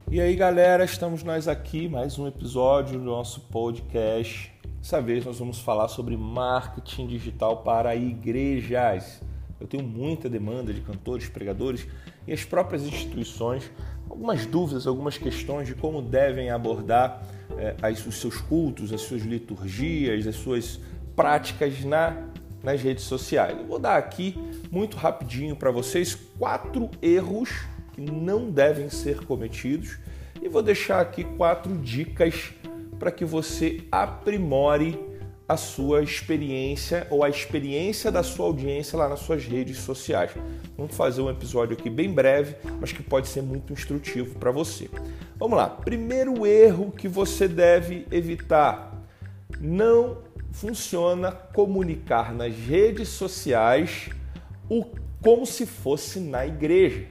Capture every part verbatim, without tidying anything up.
E aí, galera, estamos nós aqui, mais um episódio do nosso podcast. Dessa vez nós vamos falar sobre marketing digital para igrejas. Eu tenho muita demanda de cantores, pregadores e as próprias instituições, algumas dúvidas, algumas questões de como devem abordar é, os seus cultos, as suas liturgias, as suas práticas na, nas redes sociais. Eu vou dar aqui, muito rapidinho para vocês, quatro erros que não devem ser cometidos e vou deixar aqui quatro dicas para que você aprimore a sua experiência ou a experiência da sua audiência lá nas suas redes sociais. Vamos fazer um episódio aqui bem breve, mas que pode ser muito instrutivo para você. Vamos lá. Primeiro erro que você deve evitar: não funciona comunicar nas redes sociais o como se fosse na igreja.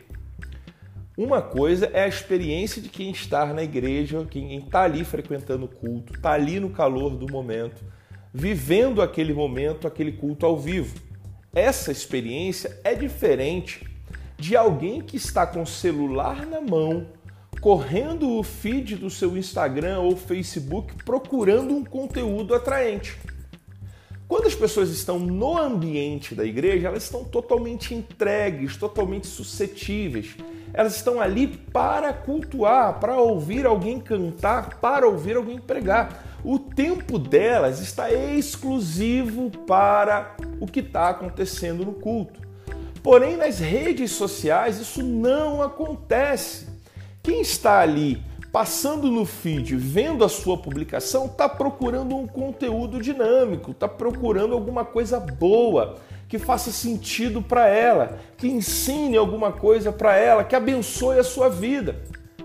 Uma coisa é a experiência de quem está na igreja, quem está ali frequentando o culto, está ali no calor do momento, vivendo aquele momento, aquele culto ao vivo. Essa experiência é diferente de alguém que está com o celular na mão, correndo o feed do seu Instagram ou Facebook, procurando um conteúdo atraente. Quando as pessoas estão no ambiente da igreja, elas estão totalmente entregues, totalmente suscetíveis. Elas estão ali para cultuar, para ouvir alguém cantar, para ouvir alguém pregar. O tempo delas está exclusivo para o que está acontecendo no culto. Porém, nas redes sociais, isso não acontece. Quem está ali passando no feed, vendo a sua publicação, está procurando um conteúdo dinâmico, está procurando alguma coisa boa, que faça sentido para ela, que ensine alguma coisa para ela, que abençoe a sua vida.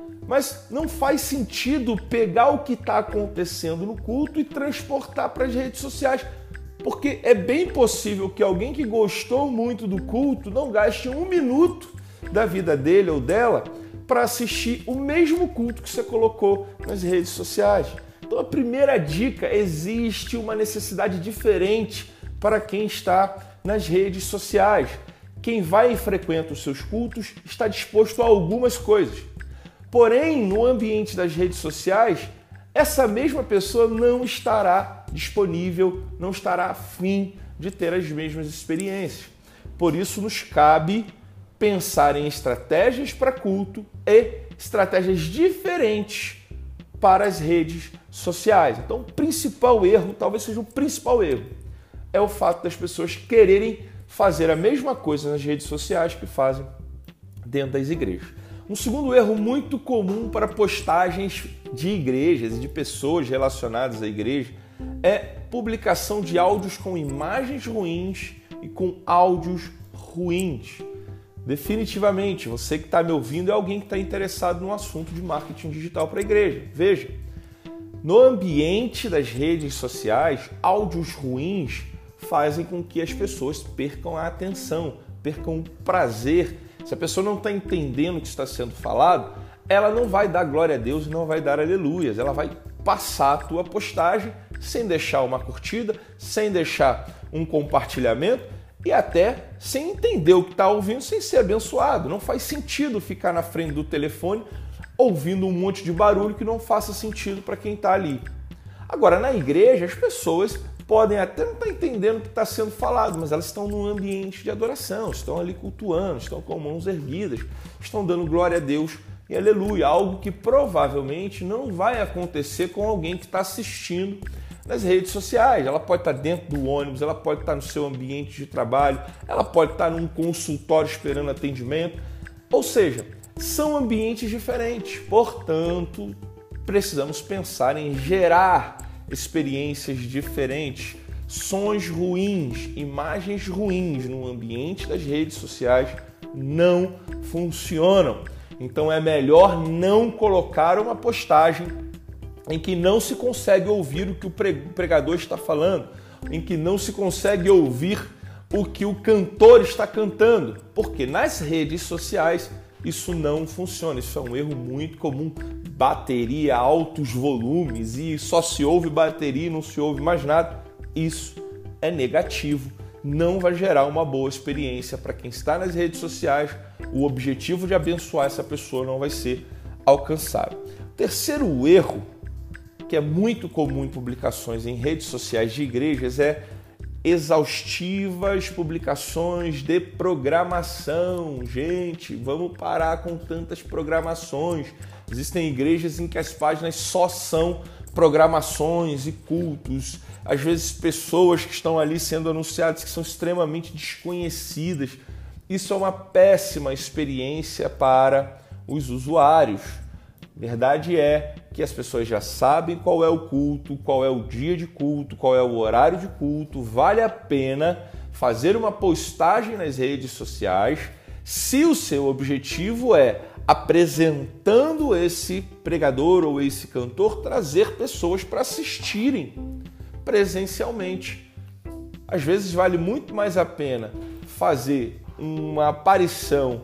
Mas não faz sentido pegar o que está acontecendo no culto e transportar para as redes sociais, porque é bem possível que alguém que gostou muito do culto não gaste um minuto da vida dele ou dela para assistir o mesmo culto que você colocou nas redes sociais. Então a primeira dica: existe uma necessidade diferente para quem está nas redes sociais. Quem vai e frequenta os seus cultos está disposto a algumas coisas. Porém, no ambiente das redes sociais, essa mesma pessoa não estará disponível, não estará afim de ter as mesmas experiências. Por isso, nos cabe pensar em estratégias para culto e estratégias diferentes para as redes sociais. Então, o principal erro, talvez seja o principal erro, é o fato das pessoas quererem fazer a mesma coisa nas redes sociais que fazem dentro das igrejas. Um segundo erro muito comum para postagens de igrejas e de pessoas relacionadas à igreja é publicação de áudios com imagens ruins e com áudios ruins. Definitivamente, você que está me ouvindo é alguém que está interessado no assunto de marketing digital para a igreja. Veja, no ambiente das redes sociais, áudios ruins fazem com que as pessoas percam a atenção, percam o prazer. Se a pessoa não está entendendo o que está sendo falado, ela não vai dar glória a Deus e não vai dar aleluias. Ela vai passar a tua postagem sem deixar uma curtida, sem deixar um compartilhamento e até sem entender o que está ouvindo, sem ser abençoado. Não faz sentido ficar na frente do telefone ouvindo um monte de barulho que não faça sentido para quem está ali. Agora, na igreja, as pessoas podem até não estar entendendo o que está sendo falado, mas elas estão num ambiente de adoração, estão ali cultuando, estão com mãos erguidas, estão dando glória a Deus e aleluia, algo que provavelmente não vai acontecer com alguém que está assistindo nas redes sociais. Ela pode estar dentro do ônibus, ela pode estar no seu ambiente de trabalho, ela pode estar num consultório esperando atendimento, ou seja, são ambientes diferentes, portanto, precisamos pensar em gerar experiências diferentes, sons ruins, imagens ruins no ambiente das redes sociais não funcionam. Então é melhor não colocar uma postagem em que não se consegue ouvir o que o pregador está falando, em que não se consegue ouvir o que o cantor está cantando, porque nas redes sociais isso não funciona. Isso é um erro muito comum. Bateria, altos volumes e só se ouve bateria e não se ouve mais nada. Isso é negativo. Não vai gerar uma boa experiência para quem está nas redes sociais. O objetivo de abençoar essa pessoa não vai ser alcançável. Terceiro erro, que é muito comum em publicações em redes sociais de igrejas, é exaustivas publicações de programação. Gente, vamos parar com tantas programações. Existem igrejas em que as páginas só são programações e cultos. Às vezes pessoas que estão ali sendo anunciadas que são extremamente desconhecidas. Isso é uma péssima experiência para os usuários. Verdade é que as pessoas já sabem qual é o culto, qual é o dia de culto, qual é o horário de culto. Vale a pena fazer uma postagem nas redes sociais se o seu objetivo é, apresentando esse pregador ou esse cantor, trazer pessoas para assistirem presencialmente. Às vezes vale muito mais a pena fazer uma aparição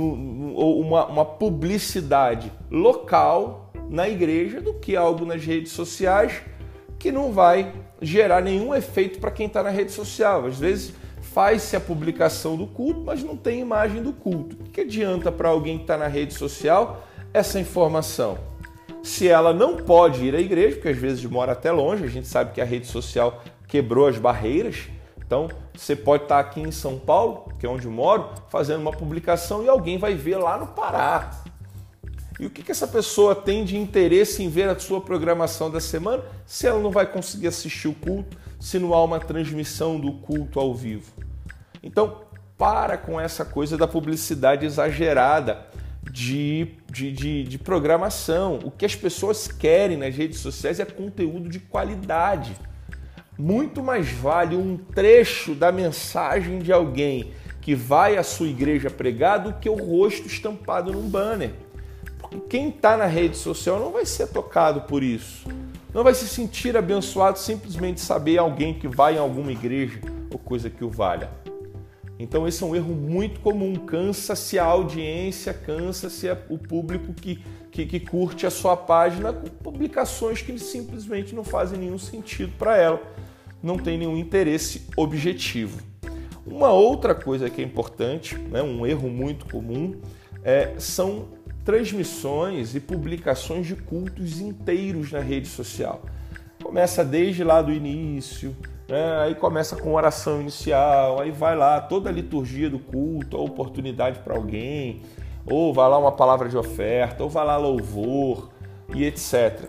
ou uma, uma publicidade local na igreja do que algo nas redes sociais que não vai gerar nenhum efeito para quem está na rede social. Às vezes faz-se a publicação do culto, mas não tem imagem do culto. O que adianta para alguém que está na rede social essa informação? Se ela não pode ir à igreja, porque às vezes mora até longe, a gente sabe que a rede social quebrou as barreiras. Então, você pode estar aqui em São Paulo, que é onde eu moro, fazendo uma publicação e alguém vai ver lá no Pará. E o que essa pessoa tem de interesse em ver a sua programação da semana se ela não vai conseguir assistir o culto, se não há uma transmissão do culto ao vivo? Então, para com essa coisa da publicidade exagerada de, de, de, de programação. O que as pessoas querem nas redes sociais é conteúdo de qualidade. Muito mais vale um trecho da mensagem de alguém que vai à sua igreja pregar do que o rosto estampado num banner. Porque quem está na rede social não vai ser tocado por isso. Não vai se sentir abençoado simplesmente saber alguém que vai em alguma igreja ou coisa que o valha. Então esse é um erro muito comum. Cansa-se a audiência, cansa-se o público que, que, que curte a sua página com publicações que simplesmente não fazem nenhum sentido para ela. Não tem nenhum interesse objetivo. Uma outra coisa que é importante, né, um erro muito comum, é, são transmissões e publicações de cultos inteiros na rede social. Começa desde lá do início, né, aí começa com oração inicial, aí vai lá toda a liturgia do culto, a oportunidade para alguém, ou vai lá uma palavra de oferta, ou vai lá louvor e etcétera.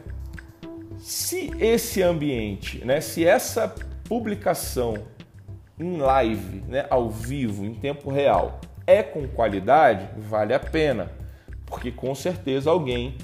Se esse ambiente, né, se essa publicação em live, né, ao vivo, em tempo real, é com qualidade, vale a pena, porque com certeza alguém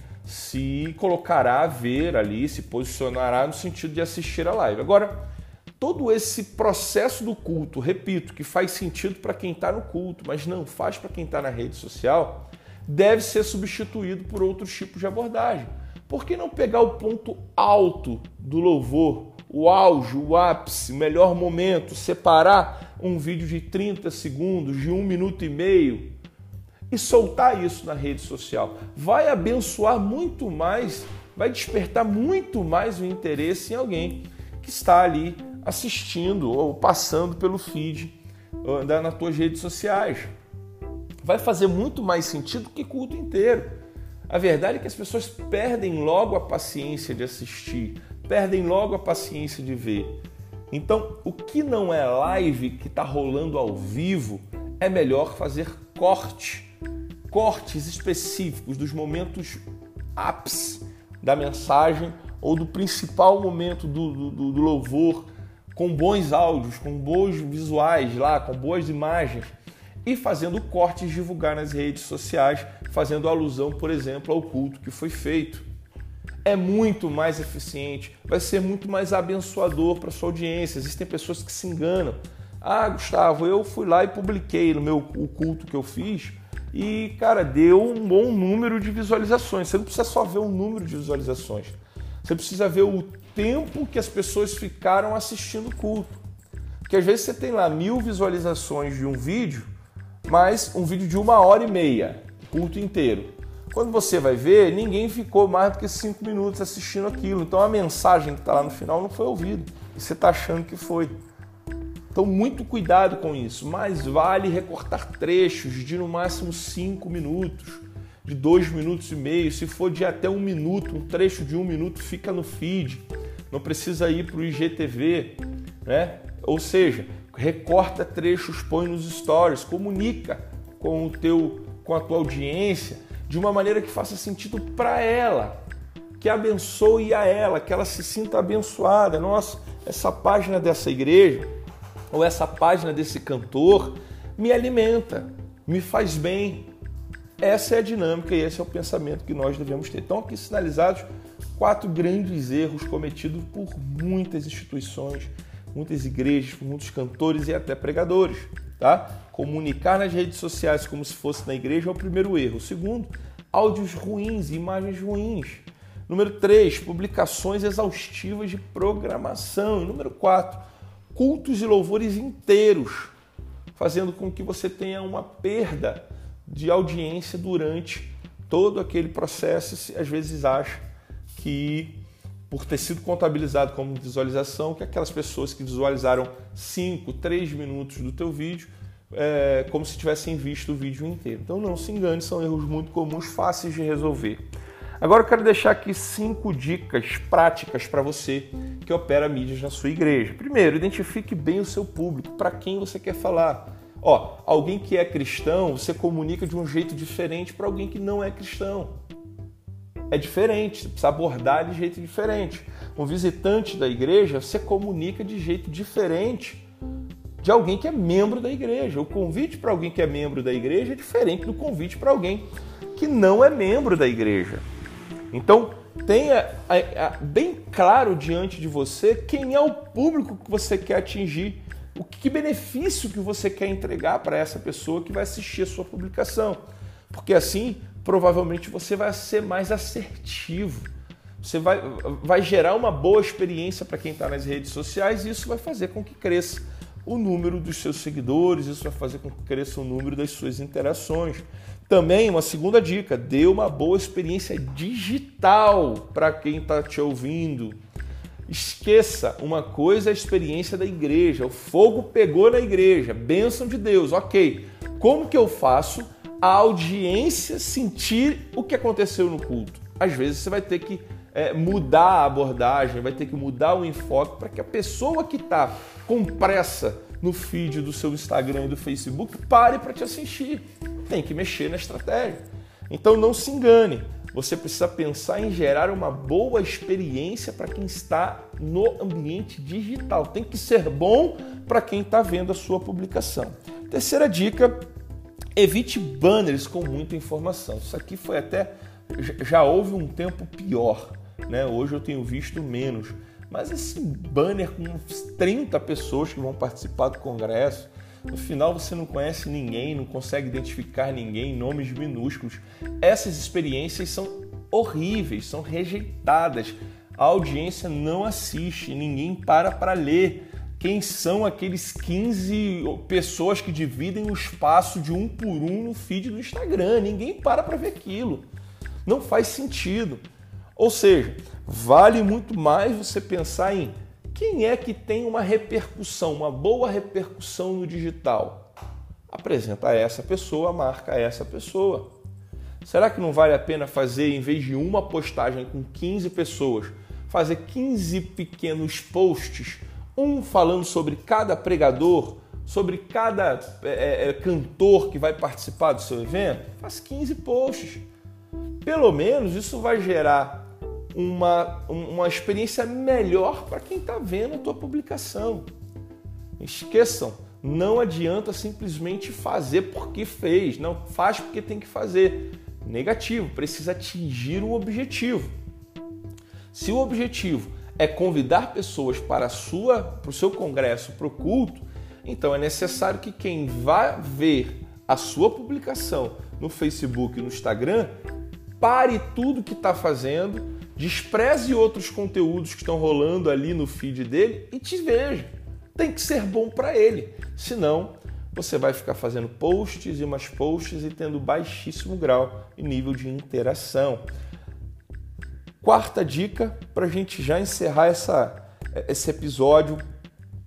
se colocará a ver ali, se posicionará no sentido de assistir a live. Agora, todo esse processo do culto, repito, que faz sentido para quem está no culto, mas não faz para quem está na rede social, deve ser substituído por outros tipos de abordagem. Por que não pegar o ponto alto do louvor, o auge, o ápice, o melhor momento, separar um vídeo de trinta segundos, de um minuto e meio e soltar isso na rede social? Vai abençoar muito mais, vai despertar muito mais o interesse em alguém que está ali assistindo ou passando pelo feed nas tuas redes sociais. Vai fazer muito mais sentido que culto inteiro. A verdade é que as pessoas perdem logo a paciência de assistir, perdem logo a paciência de ver. Então, o que não é live que está rolando ao vivo, é melhor fazer corte, cortes específicos dos momentos ápice da mensagem ou do principal momento do, do, do louvor, com bons áudios, com bons visuais lá, com boas imagens, e fazendo cortes, divulgar nas redes sociais, fazendo alusão, por exemplo, ao culto que foi feito. É muito mais eficiente, vai ser muito mais abençoador para a sua audiência. Existem pessoas que se enganam. Ah, Gustavo, eu fui lá e publiquei no meu o culto que eu fiz e, cara, deu um bom número de visualizações. Você não precisa só ver o número de visualizações. Você precisa ver o tempo que as pessoas ficaram assistindo o culto. Porque às vezes você tem lá mil visualizações de um vídeo, mas um vídeo de uma hora e meia, culto inteiro. Quando você vai ver, ninguém ficou mais do que cinco minutos assistindo aquilo. Então a mensagem que está lá no final não foi ouvida. E você está achando que foi. Então muito cuidado com isso. Mais vale recortar trechos de no máximo cinco minutos. de dois minutos e meio, se for de até um minuto, um trecho de um minuto fica no feed, não precisa ir para o I G T V, né? Ou seja, recorta trechos, põe nos stories, comunica com, o teu, com a tua audiência de uma maneira que faça sentido para ela, que abençoe a ela, que ela se sinta abençoada. Nossa, essa página dessa igreja ou essa página desse cantor me alimenta, me faz bem. Essa é a dinâmica e esse é o pensamento que nós devemos ter. Então, aqui sinalizados quatro grandes erros cometidos por muitas instituições, muitas igrejas, por muitos cantores e até pregadores. Tá? Comunicar nas redes sociais como se fosse na igreja é o primeiro erro. O segundo, áudios ruins, imagens ruins. Número três, publicações exaustivas de programação. E número quatro, cultos e louvores inteiros, fazendo com que você tenha uma perda de audiência durante todo aquele processo. Às vezes acha que, por ter sido contabilizado como visualização, que aquelas pessoas que visualizaram cinco, três minutos do teu vídeo, é como se tivessem visto o vídeo inteiro. Então não se engane, são erros muito comuns, fáceis de resolver. Agora eu quero deixar aqui cinco dicas práticas para você que opera mídias na sua igreja. Primeiro, identifique bem o seu público, para quem você quer falar. Ó, alguém que é cristão, você comunica de um jeito diferente para alguém que não é cristão. É diferente, você precisa abordar de jeito diferente. Um visitante da igreja, você comunica de jeito diferente de alguém que é membro da igreja. O convite para alguém que é membro da igreja é diferente do convite para alguém que não é membro da igreja. Então, tenha bem claro diante de você quem é o público que você quer atingir, o que benefício que você quer entregar para essa pessoa que vai assistir a sua publicação. Porque assim, provavelmente você vai ser mais assertivo. Você vai, vai gerar uma boa experiência para quem está nas redes sociais e isso vai fazer com que cresça o número dos seus seguidores, isso vai fazer com que cresça o número das suas interações. Também uma segunda dica, dê uma boa experiência digital para quem está te ouvindo. Esqueça, uma coisa é a experiência da igreja, o fogo pegou na igreja, bênção de Deus, ok. Como que eu faço a audiência sentir o que aconteceu no culto? Às vezes você vai ter que é, mudar a abordagem, vai ter que mudar o enfoque para que a pessoa que está com pressa no feed do seu Instagram e do Facebook pare para te assistir. Tem que mexer na estratégia. Então não se engane. Você precisa pensar em gerar uma boa experiência para quem está no ambiente digital. Tem que ser bom para quem está vendo a sua publicação. Terceira dica, evite banners com muita informação. Isso aqui foi até... Já houve um tempo pior, né? Hoje eu tenho visto menos. Mas esse banner com trinta pessoas que vão participar do congresso, no final você não conhece ninguém, não consegue identificar ninguém, nomes minúsculos. Essas experiências são horríveis, são rejeitadas. A audiência não assiste, ninguém para para ler. Quem são aqueles quinze pessoas que dividem o espaço de um por um no feed do Instagram? Ninguém para para ver aquilo. Não faz sentido. Ou seja, vale muito mais você pensar em quem é que tem uma repercussão, uma boa repercussão no digital. Apresenta a essa pessoa, marca essa pessoa. Será que não vale a pena fazer, em vez de uma postagem com quinze pessoas, fazer quinze pequenos posts, um falando sobre cada pregador, sobre cada é, é, cantor que vai participar do seu evento? Faz quinze posts. Pelo menos isso vai gerar uma, uma experiência melhor para quem está vendo a tua publicação. Esqueçam, não adianta simplesmente fazer porque fez, não faz porque tem que fazer. Negativo, precisa atingir um objetivo. Se o objetivo é convidar pessoas para, a sua, para o seu congresso, para o culto, então é necessário que quem vai ver a sua publicação no Facebook e no Instagram pare tudo que está fazendo, despreze outros conteúdos que estão rolando ali no feed dele e te veja. Tem que ser bom para ele, senão você vai ficar fazendo posts e mais posts e tendo baixíssimo grau e nível de interação. Quarta dica para a gente já encerrar essa, esse episódio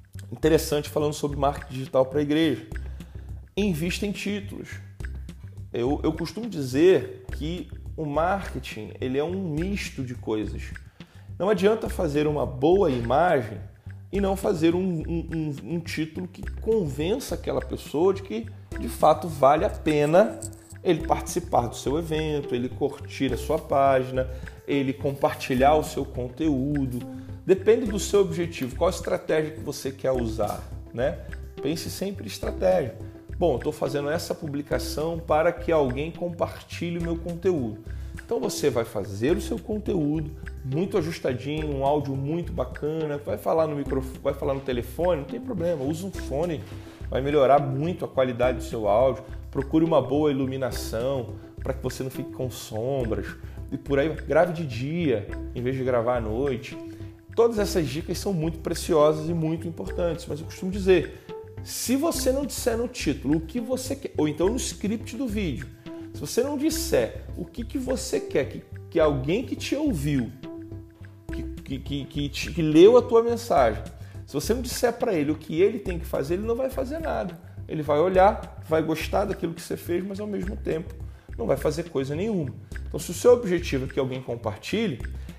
interessante falando sobre marketing digital para a igreja. Invista em títulos. Eu, eu costumo dizer que o marketing ele é um misto de coisas. Não adianta fazer uma boa imagem e não fazer um, um, um, um título que convença aquela pessoa de que, de fato, vale a pena ele participar do seu evento, ele curtir a sua página, ele compartilhar o seu conteúdo. Depende do seu objetivo, qual a estratégia que você quer usar, né? Pense sempre em estratégia. Bom, eu estou fazendo essa publicação para que alguém compartilhe o meu conteúdo. Então você vai fazer o seu conteúdo muito ajustadinho, um áudio muito bacana, vai falar no microfone, vai falar no telefone, não tem problema, usa um fone, vai melhorar muito a qualidade do seu áudio. Procure uma boa iluminação para que você não fique com sombras. E por aí, grave de dia em vez de gravar à noite. Todas essas dicas são muito preciosas e muito importantes, mas eu costumo dizer, se você não disser no título o que você quer, ou então no script do vídeo, se você não disser o que, que você quer, que, que alguém que te ouviu, que, que, que, que, te, que leu a tua mensagem, se você não disser para ele o que ele tem que fazer, ele não vai fazer nada. Ele vai olhar, vai gostar daquilo que você fez, mas ao mesmo tempo não vai fazer coisa nenhuma. Então, se o seu objetivo é que alguém compartilhe,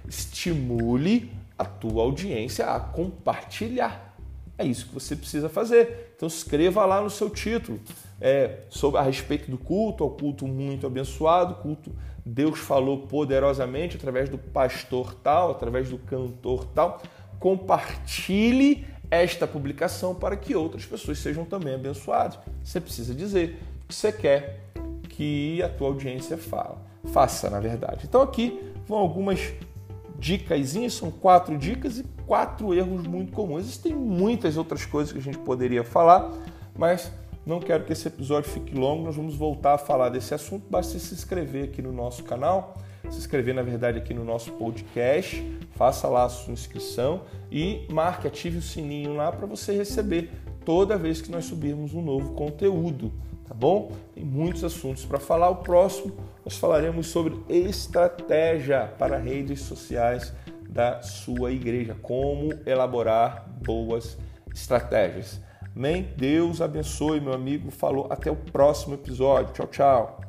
estimule a tua audiência a compartilhar. É isso que você precisa fazer. Então escreva lá no seu título é, sobre, a respeito do culto, ao culto muito abençoado, culto Deus falou poderosamente através do pastor tal, através do cantor tal. Compartilhe esta publicação para que outras pessoas sejam também abençoadas. Você precisa dizer o que você quer que a tua audiência fala. faça, na verdade. Então aqui vão algumas dicasinhas, são quatro dicas e quatro erros muito comuns. Existem muitas outras coisas que a gente poderia falar, mas não quero que esse episódio fique longo, nós vamos voltar a falar desse assunto. Basta se inscrever aqui no nosso canal, se inscrever, na verdade, aqui no nosso podcast, faça lá a sua inscrição e marque, ative o sininho lá para você receber toda vez que nós subirmos um novo conteúdo, tá bom? Tem muitos assuntos para falar. O próximo nós falaremos sobre estratégia para redes sociais da sua igreja, como elaborar boas estratégias. Amém? Deus abençoe, meu amigo. Falou, até o próximo episódio. Tchau, tchau.